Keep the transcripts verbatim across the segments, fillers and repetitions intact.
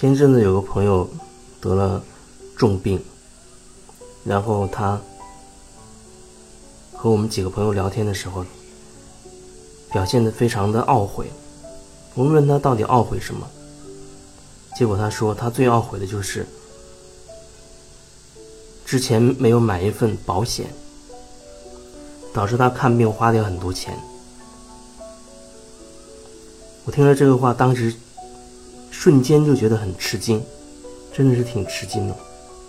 前一阵子有个朋友得了重病，然后他和我们几个朋友聊天的时候表现得非常的懊悔。我们问他到底懊悔什么，结果他说他最懊悔的就是之前没有买一份保险，导致他看病花掉很多钱。我听了这个话，当时瞬间就觉得很吃惊，真的是挺吃惊的。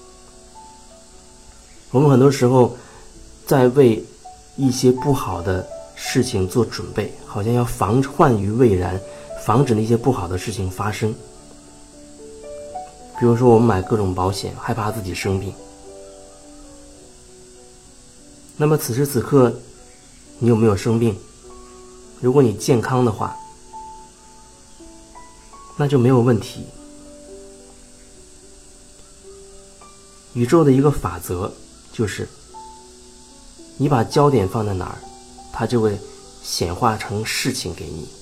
我们很多时候在为一些不好的事情做准备，好像要防患于未然，防止那些不好的事情发生。比如说我们买各种保险，害怕自己生病。那么此时此刻你有没有生病？如果你健康的话，那就没有问题。宇宙的一个法则就是你把焦点放在哪儿，它就会显化成事情给你。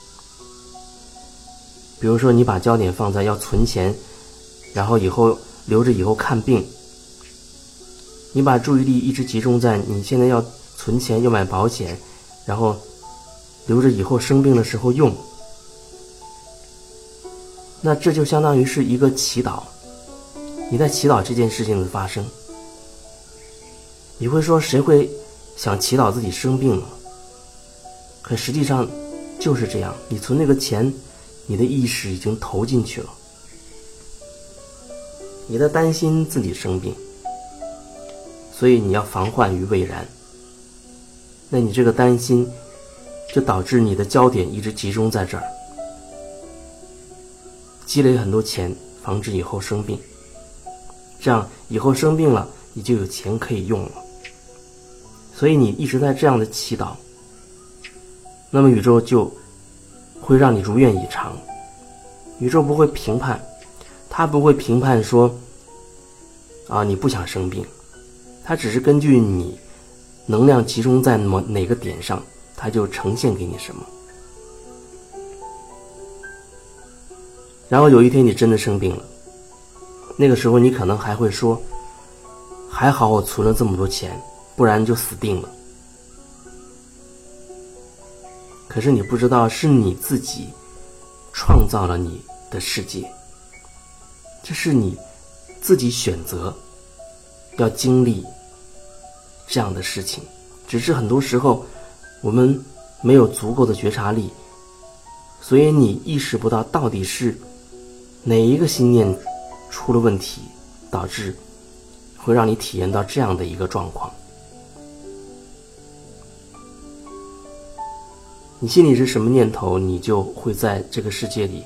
比如说你把焦点放在要存钱，然后以后留着以后看病，你把注意力一直集中在你现在要存钱要买保险，然后留着以后生病的时候用，那这就相当于是一个祈祷，你在祈祷这件事情的发生。你会说谁会想祈祷自己生病呢？可实际上就是这样，你存那个钱，你的意识已经投进去了，你在担心自己生病，所以你要防患于未然。那你这个担心就导致你的焦点一直集中在这儿，积累很多钱，防止以后生病，这样以后生病了你就有钱可以用了。所以你一直在这样的祈祷，那么宇宙就会让你如愿以偿。宇宙不会评判，它不会评判说啊你不想生病，它只是根据你能量集中在某哪个点上，它就呈现给你什么。然后有一天你真的生病了，那个时候你可能还会说还好我存了这么多钱，不然就死定了。可是你不知道是你自己创造了你的世界，这是你自己选择要经历这样的事情，只是很多时候我们没有足够的觉察力，所以你意识不到到底是哪一个心念出了问题，导致会让你体验到这样的一个状况。你心里是什么念头，你就会在这个世界里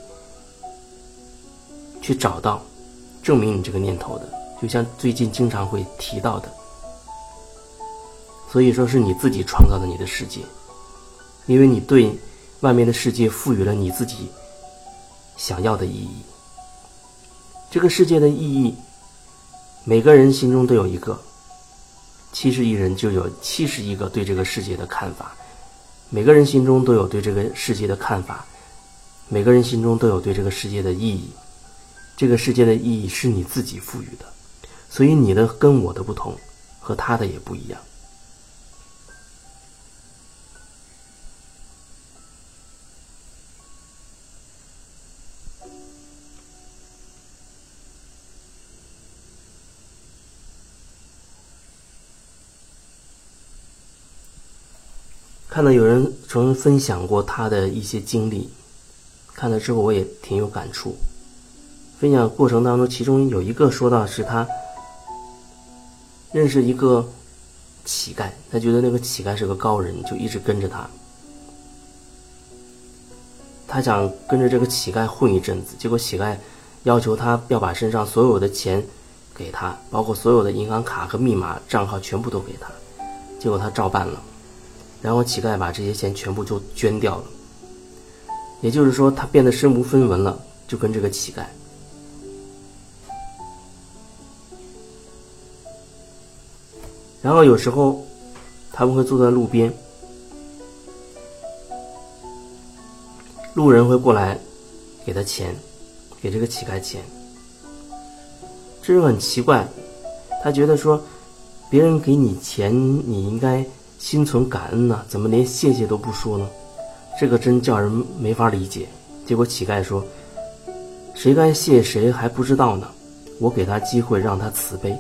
去找到证明你这个念头的，就像最近经常会提到的。所以说是你自己创造的你的世界，因为你对外面的世界赋予了你自己想要的意义。这个世界的意义每个人心中都有一个，七十亿人就有七十亿个对这个世界的看法，每个人心中都有对这个世界的看法，每个人心中都有对这个世界的意义。这个世界的意义是你自己赋予的，所以你的跟我的不同，和他的也不一样。看到有人曾分享过他的一些经历，看了之后我也挺有感触。分享过程当中，其中有一个说到是他认识一个乞丐，他觉得那个乞丐是个高人，就一直跟着他。他想跟着这个乞丐混一阵子，结果乞丐要求他要把身上所有的钱给他，包括所有的银行卡和密码账号全部都给他，结果他照办了。然后乞丐把这些钱全部就捐掉了，也就是说他变得身无分文了，就跟这个乞丐。然后有时候他们会坐在路边，路人会过来给他钱， 给这个乞丐钱。这人很奇怪，他觉得说别人给你钱你应该心存感恩呢、啊，怎么连谢谢都不说呢？这个真叫人没法理解。结果乞丐说，谁该谢谁还不知道呢，我给他机会让他慈悲。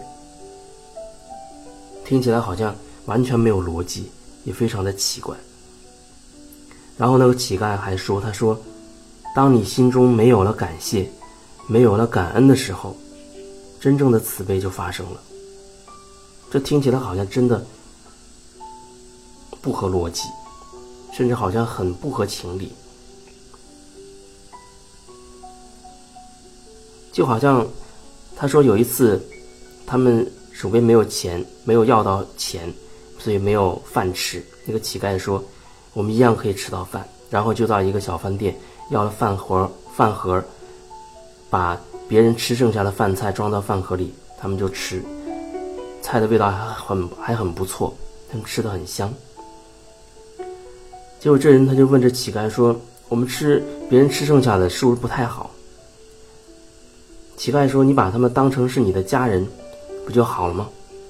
听起来好像完全没有逻辑，也非常的奇怪。然后那个乞丐还说，他说当你心中没有了感谢，没有了感恩的时候，真正的慈悲就发生了。这听起来好像真的不合逻辑，甚至好像很不合情理。就好像他说有一次他们手边没有钱，没有要到钱，所以没有饭吃。那个乞丐说我们一样可以吃到饭，然后就到一个小饭店要了饭盒饭盒把别人吃剩下的饭菜装到饭盒里，他们就吃，菜的味道还很还很不错，他们吃得很香。结果这人他就问这乞丐说，我们吃别人吃剩下的是不是不太好？乞丐说，你把他们当成是你的家人不就好了吗？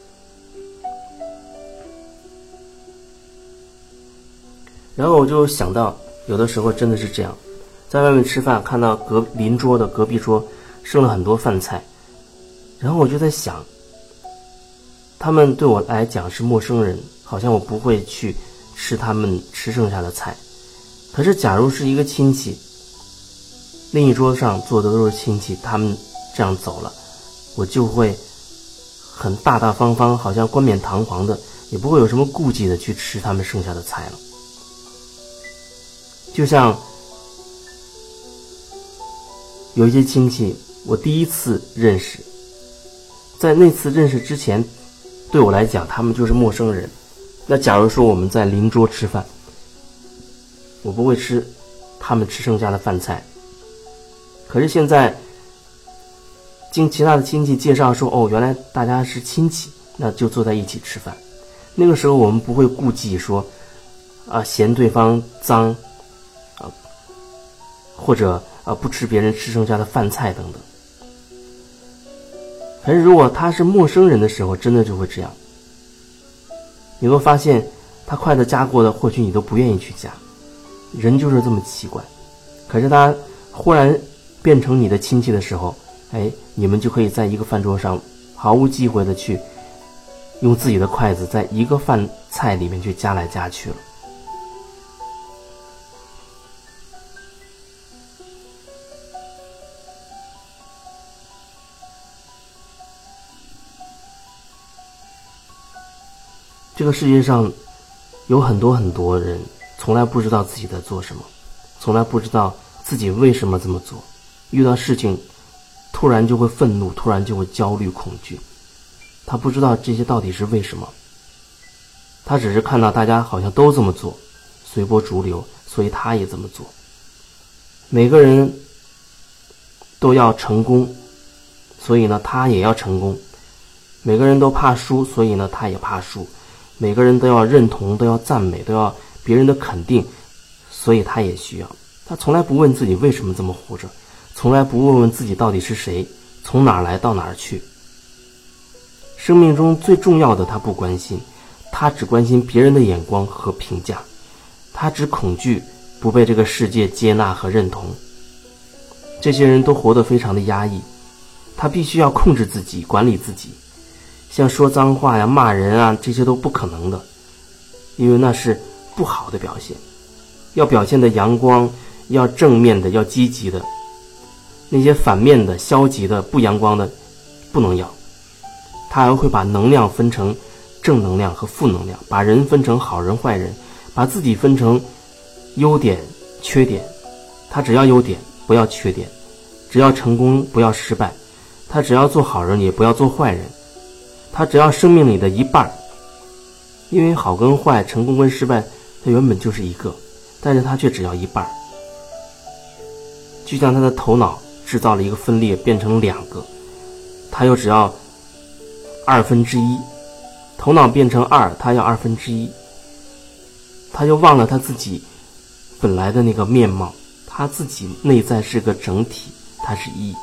然后我就想到有的时候真的是这样，在外面吃饭看到隔邻桌的隔壁桌剩了很多饭菜，然后我就在想，他们对我来讲是陌生人，好像我不会去吃他们吃剩下的菜。可是假如是一个亲戚，另一桌上坐的都是亲戚，他们这样走了，我就会很大大方方，好像冠冕堂皇的，也不会有什么顾忌的去吃他们剩下的菜了。就像有一些亲戚我第一次认识，在那次认识之前对我来讲他们就是陌生人。那假如说我们在邻桌吃饭，我不会吃他们吃剩下的饭菜，可是现在经其他的亲戚介绍说，哦，原来大家是亲戚，那就坐在一起吃饭。那个时候我们不会顾忌说啊嫌对方脏啊，或者啊不吃别人吃剩下的饭菜等等。可是如果他是陌生人的时候，真的就会这样。你会发现他筷子夹过的或许你都不愿意去夹，人就是这么奇怪。可是他忽然变成你的亲戚的时候，哎，你们就可以在一个饭桌上毫无忌讳的去用自己的筷子在一个饭菜里面去夹来夹去了。这个世界上有很多很多人从来不知道自己在做什么，从来不知道自己为什么这么做，遇到事情突然就会愤怒，突然就会焦虑恐惧，他不知道这些到底是为什么，他只是看到大家好像都这么做，随波逐流，所以他也这么做。每个人都要成功，所以呢他也要成功。每个人都怕输，所以呢他也怕输。每个人都要认同，都要赞美，都要别人的肯定，所以他也需要。他从来不问自己为什么这么活着，从来不问问自己到底是谁，从哪儿来到哪儿去。生命中最重要的他不关心，他只关心别人的眼光和评价，他只恐惧不被这个世界接纳和认同。这些人都活得非常的压抑，他必须要控制自己，管理自己，像说脏话呀、骂人啊，这些都不可能的，因为那是不好的表现。要表现的阳光，要正面的，要积极的，那些反面的、消极的、不阳光的不能要。他还会把能量分成正能量和负能量，把人分成好人坏人，把自己分成优点缺点。他只要优点，不要缺点，只要成功，不要失败。他只要做好人，也不要做坏人。他只要生命里的一半，因为好跟坏、成功跟失败它原本就是一个，但是他却只要一半。就像他的头脑制造了一个分裂变成两个，他又只要二分之一，头脑变成二，他要二分之一，他就忘了他自己本来的那个面貌，他自己内在是个整体， 它是一。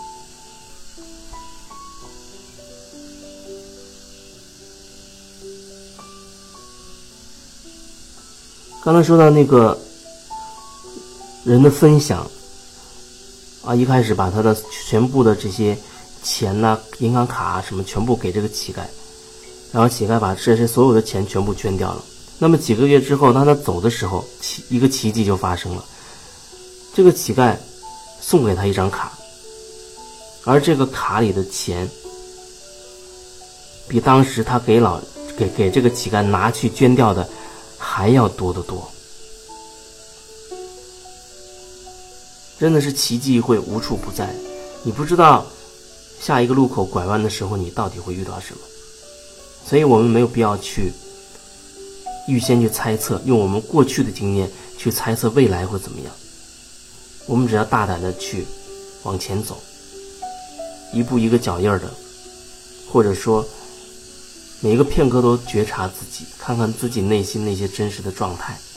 刚才说到那个人的分享啊，一开始把他的全部的这些钱呐、啊、银行卡啊什么全部给这个乞丐，然后乞丐把这些所有的钱全部捐掉了。那么几个月之后，当他走的时候，奇一个奇迹就发生了。这个乞丐送给他一张卡，而这个卡里的钱比当时他给老给给这个乞丐拿去捐掉的还要多得多。真的是奇迹会无处不在，你不知道下一个路口拐弯的时候你到底会遇到什么，所以我们没有必要去预先去猜测，用我们过去的经验去猜测未来会怎么样。我们只要大胆的去往前走，一步一个脚印的，或者说每一个片刻都觉察自己，看看自己内心那些真实的状态。